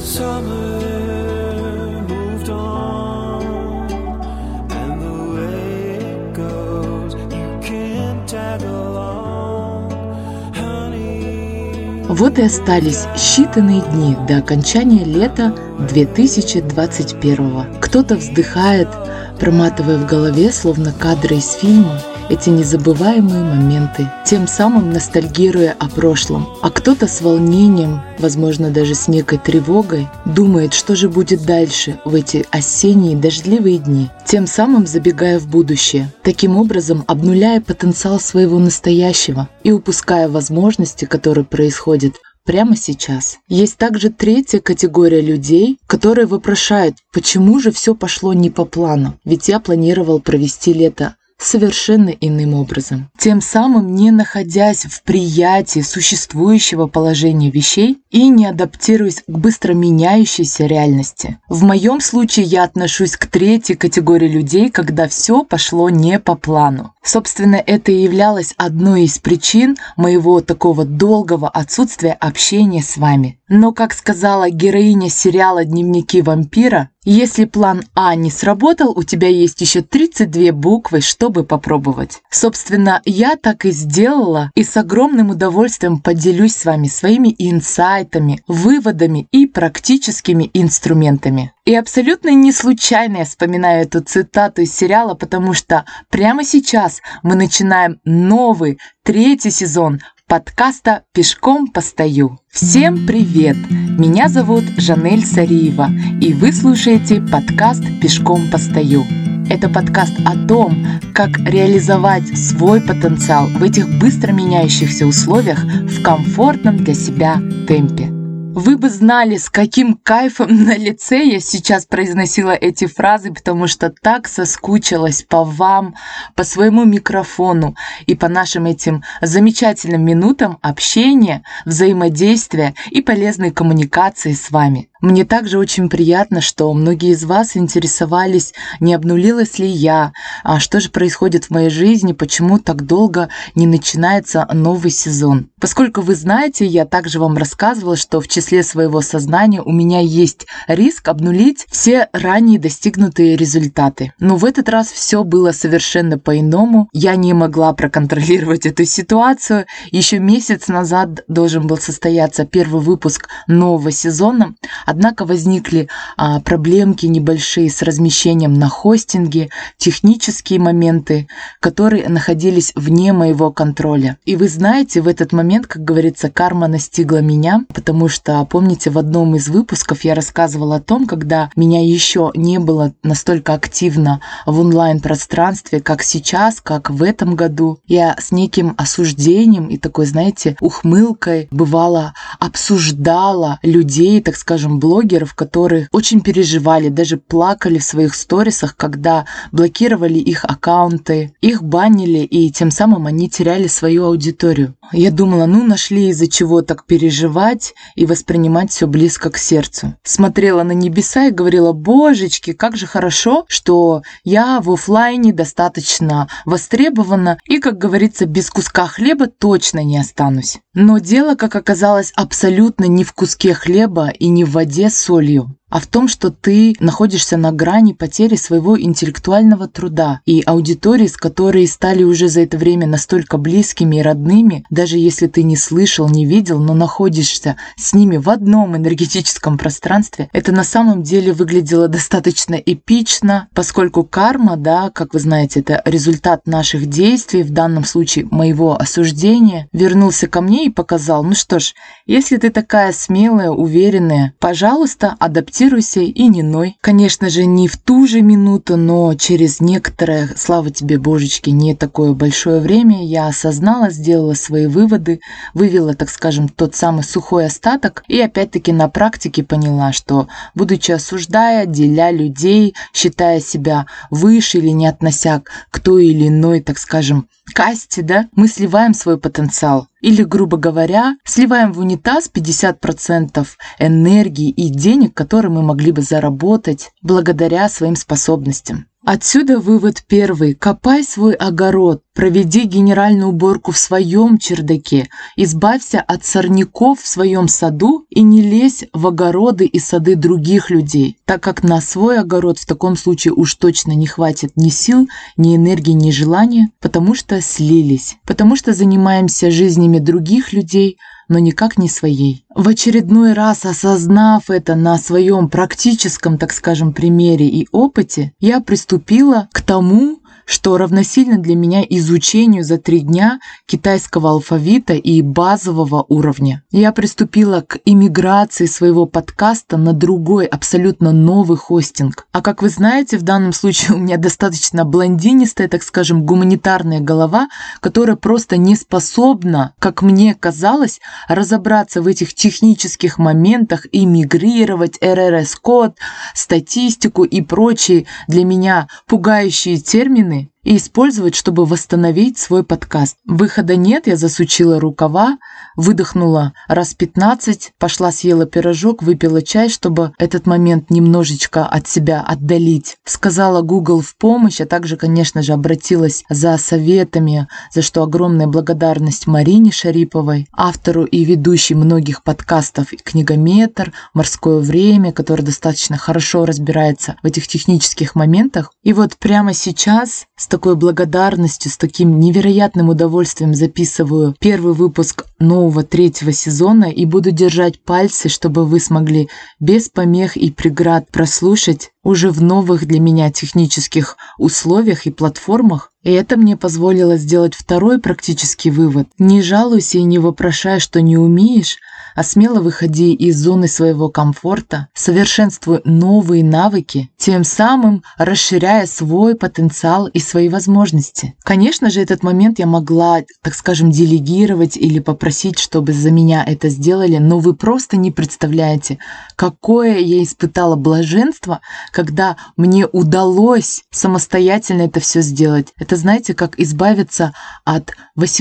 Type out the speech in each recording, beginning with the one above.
Summer moved on, and the way it goes, you can't tag along, honey. Вот и остались считанные дни до окончания лета 2021. Кто-то вздыхает, проматывая в голове, словно кадры из фильма, эти незабываемые моменты, тем самым ностальгируя о прошлом. А кто-то с волнением, возможно, даже с некой тревогой, думает, что же будет дальше в эти осенние дождливые дни, тем самым забегая в будущее, таким образом обнуляя потенциал своего настоящего и упуская возможности, которые происходят прямо сейчас. Есть также третья категория людей, которые вопрошают, почему же все пошло не по плану, ведь я планировал провести лето совершенно иным образом. Тем самым не находясь в приятии существующего положения вещей и не адаптируясь к быстро меняющейся реальности. В моем случае я отношусь к третьей категории людей, когда все пошло не по плану. Собственно, это и являлось одной из причин моего такого долгого отсутствия общения с вами. Но, как сказала героиня сериала «Дневники вампира», если план А не сработал, у тебя есть еще 32 буквы, чтобы попробовать. Собственно, я так и сделала и с огромным удовольствием поделюсь с вами своими инсайтами, выводами и практическими инструментами. И абсолютно не случайно я вспоминаю эту цитату из сериала, потому что прямо сейчас мы начинаем новый, 3-й сезон подкаста «Пешком постою». Всем привет! Меня зовут Жанель Сариева, и вы слушаете подкаст «Пешком постою». Это подкаст о том, как реализовать свой потенциал в этих быстро меняющихся условиях в комфортном для себя темпе. Вы бы знали, с каким кайфом на лице я сейчас произносила эти фразы, потому что так соскучилась по вам, по своему микрофону и по нашим этим замечательным минутам общения, взаимодействия и полезной коммуникации с вами. Мне также очень приятно, что многие из вас интересовались, не обнулилась ли я, что же происходит в моей жизни, почему так долго не начинается новый сезон. Поскольку вы знаете, я также вам рассказывала, что в числе своего сознания у меня есть риск обнулить все ранее достигнутые результаты. Но в этот раз все было совершенно по-иному. Я не могла проконтролировать эту ситуацию. Еще месяц назад должен был состояться первый выпуск нового сезона. Однако возникли проблемки небольшие с размещением на хостинге, технические моменты, которые находились вне моего контроля. И вы знаете, в этот момент, как говорится, карма настигла меня, потому что, помните, в одном из выпусков я рассказывала о том, когда меня еще не было настолько активно в онлайн-пространстве, как сейчас, как в этом году. Я с неким осуждением и такой, знаете, ухмылкой бывало обсуждала людей, так скажем, блогеров, которые очень переживали, даже плакали в своих сторисах, когда блокировали их аккаунты, их банили, и тем самым они теряли свою аудиторию. Я думала, нашли из-за чего так переживать и воспринимать все близко к сердцу. Смотрела на небеса и говорила: божечки, как же хорошо, что я в офлайне достаточно востребована и, как говорится, без куска хлеба точно не останусь. Но дело, как оказалось, абсолютно не в куске хлеба и не в воде с солью, а в том, что ты находишься на грани потери своего интеллектуального труда и аудитории, с которой стали уже за это время настолько близкими и родными, даже если ты не слышал, не видел, но находишься с ними в одном энергетическом пространстве. Это на самом деле выглядело достаточно эпично, поскольку карма, как вы знаете, это результат наших действий, в данном случае моего осуждения, вернулся ко мне и показал: что ж, если ты такая смелая, уверенная, пожалуйста, адаптируйся и не ной. Конечно же, не в ту же минуту, но через некоторое, слава тебе, божечки, не такое большое время, я осознала, сделала свои выводы, вывела, так скажем, тот самый сухой остаток и опять-таки на практике поняла, что, будучи осуждая, деля людей, считая себя выше или не относя к той или иной, так скажем, касте, мы сливаем свой потенциал. Или, грубо говоря, сливаем в унитаз 50% энергии и денег, которые мы могли бы заработать благодаря своим способностям. Отсюда вывод первый. Копай свой огород, проведи генеральную уборку в своем чердаке, избавься от сорняков в своем саду и не лезь в огороды и сады других людей, так как на свой огород в таком случае уж точно не хватит ни сил, ни энергии, ни желания, потому что слились, потому что занимаемся жизнями других людей, но никак не своей. В очередной раз осознав это на своем практическом, так скажем, примере и опыте, я приступила к тому, что равносильно для меня изучению за 3 дня китайского алфавита и базового уровня. Я приступила к иммиграции своего подкаста на другой, абсолютно новый хостинг. А как вы знаете, в данном случае у меня достаточно блондинистая, так скажем, гуманитарная голова, которая просто не способна, как мне казалось, разобраться в этих технических моментах и мигрировать РРС-код, статистику и прочие для меня пугающие термины и использовать, чтобы восстановить свой подкаст. Выхода нет, я засучила рукава, выдохнула раз 15, пошла съела пирожок, выпила чай, чтобы этот момент немножечко от себя отдалить. Сказала Google в помощь, а также, конечно же, обратилась за советами, за что огромная благодарность Марине Шариповой, автору и ведущей многих подкастов «Книгометр», «Морское время», который достаточно хорошо разбирается в этих технических моментах. И вот прямо сейчас с такой благодарностью, с таким невероятным удовольствием записываю первый выпуск нового 3-го сезона и буду держать пальцы, чтобы вы смогли без помех и преград прослушать уже в новых для меня технических условиях и платформах. И это мне позволило сделать второй практический вывод. Не жалуйся и не вопрошай, что не умеешь, а смело выходи из зоны своего комфорта, совершенствуй новые навыки, тем самым расширяя свой потенциал и свои возможности. Конечно же, этот момент я могла, так скажем, делегировать или попросить, чтобы за меня это сделали, но вы просто не представляете, какое я испытала блаженство, когда мне удалось самостоятельно это все сделать. Это, знаете, как избавиться от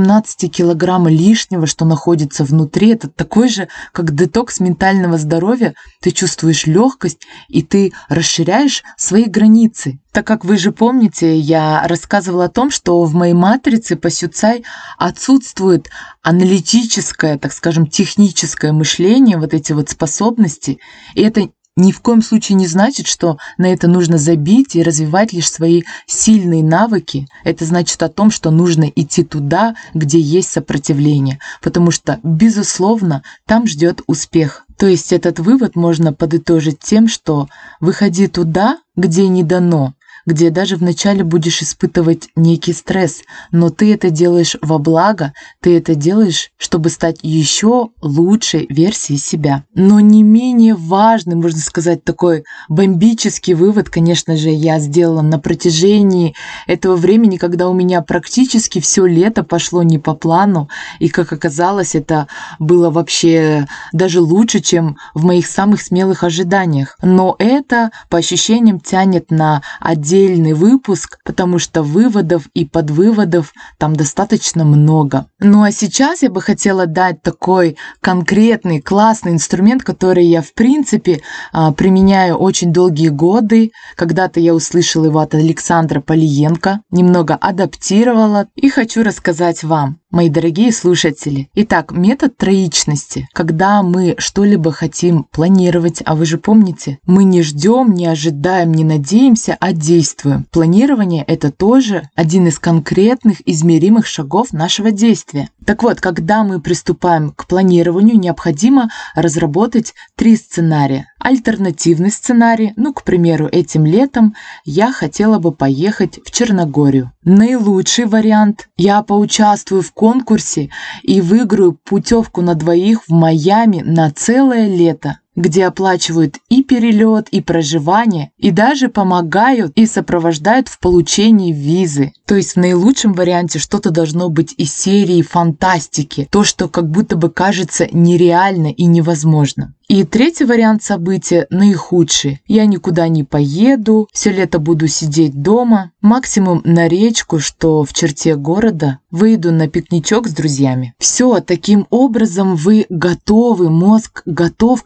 18 килограмм лишнего, что находится внутри. Это такой же, как детокс ментального здоровья. Ты чувствуешь легкость, и ты расширяешь свои границы. Так как вы же помните, я рассказывала о том, что в моей матрице по Сюцай отсутствует аналитическое, так скажем, техническое мышление, вот эти вот способности. И это ни в коем случае не значит, что на это нужно забить и развивать лишь свои сильные навыки. Это значит о том, что нужно идти туда, где есть сопротивление, потому что, безусловно, там ждет успех. То есть этот вывод можно подытожить тем, что выходи туда, где не дано, где даже вначале будешь испытывать некий стресс, но ты это делаешь во благо, ты это делаешь, чтобы стать еще лучшей версией себя. Но не менее важный, можно сказать, такой бомбический вывод, конечно же, я сделала на протяжении этого времени, когда у меня практически все лето пошло не по плану, и, как оказалось, это было вообще даже лучше, чем в моих самых смелых ожиданиях. Но это, по ощущениям, тянет на отдельный выпуск, потому что выводов и подвыводов там достаточно много. Ну а сейчас я бы хотела дать такой конкретный, классный инструмент, который я, в принципе, применяю очень долгие годы. Когда-то я услышала его от Александра Полиенко, немного адаптировала и хочу рассказать вам, мои дорогие слушатели. Итак, метод троичности. Когда мы что-либо хотим планировать, а вы же помните, мы не ждем, не ожидаем, не надеемся, а действуем. Планирование – это тоже один из конкретных измеримых шагов нашего действия. Так вот, когда мы приступаем к планированию, необходимо разработать 3 сценария. Альтернативный сценарий, к примеру, этим летом я хотела бы поехать в Черногорию. Наилучший вариант – я поучаствую в конкурсе и выиграю путевку на 2 в Майами на целое лето, где оплачивают и перелет, и проживание, и даже помогают и сопровождают в получении визы. То есть в наилучшем варианте что-то должно быть из серии фантастики, то, что как будто бы кажется нереально и невозможно. И 3-й вариант события наихудший. Я никуда не поеду, все лето буду сидеть дома, максимум на речку, что в черте города, выйду на пикничок с друзьями. Все, таким образом вы готовы, мозг готов к тому,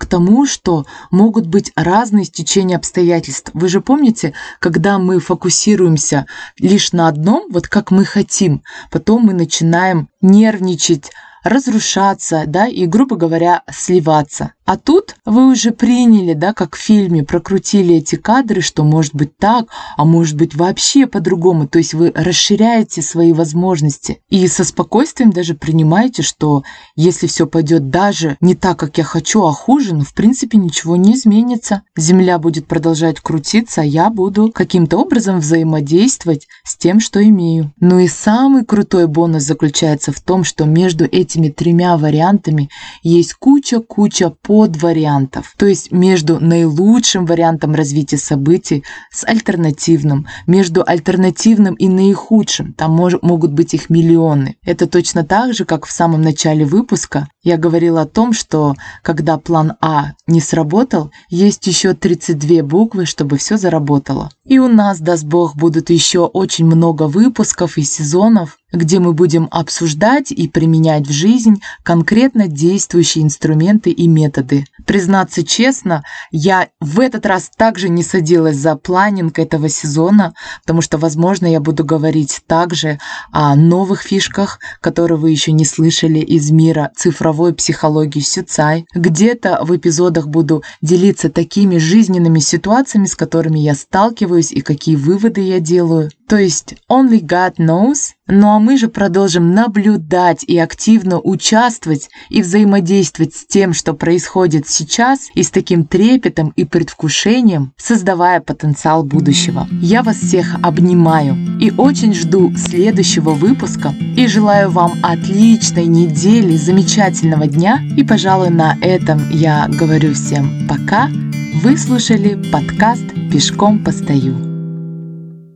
тому, что могут быть разные стечения обстоятельств. Вы же помните, когда мы фокусируемся лишь на одном, вот как мы хотим, потом мы начинаем нервничать, разрушаться, да, и, грубо говоря, сливаться. А тут вы уже приняли, да, как в фильме, прокрутили эти кадры, что может быть так, а может быть вообще по-другому. То есть вы расширяете свои возможности и со спокойствием даже принимаете, что если все пойдет даже не так, как я хочу, а хуже, ну, в принципе, ничего не изменится. Земля будет продолжать крутиться, а я буду каким-то образом взаимодействовать с тем, что имею. Ну и самый крутой бонус заключается в том, что между этими тремя вариантами есть куча подвариантов. То есть между наилучшим вариантом развития событий с альтернативным, между альтернативным и наихудшим, там могут быть их миллионы. Это точно так же, как в самом начале выпуска я говорила о том, что когда план А не сработал, есть еще 32 буквы, чтобы все заработало. И у нас, даст Бог, будут еще очень много выпусков и сезонов, где мы будем обсуждать и применять в жизнь конкретно действующие инструменты и методы. Признаться честно, я в этот раз также не садилась за планинг этого сезона, потому что, возможно, я буду говорить также о новых фишках, которые вы еще не слышали из мира цифровой психологии Сюцай. Где-то в эпизодах буду делиться такими жизненными ситуациями, с которыми я сталкиваюсь и какие выводы я делаю. То есть only God knows. Ну а мы же продолжим наблюдать и активно участвовать и взаимодействовать с тем, что происходит сейчас, и с таким трепетом и предвкушением, создавая потенциал будущего. Я вас всех обнимаю и очень жду следующего выпуска и желаю вам отличной недели, замечательного дня. И, пожалуй, на этом я говорю всем пока. Вы слушали подкаст «Пешком постою».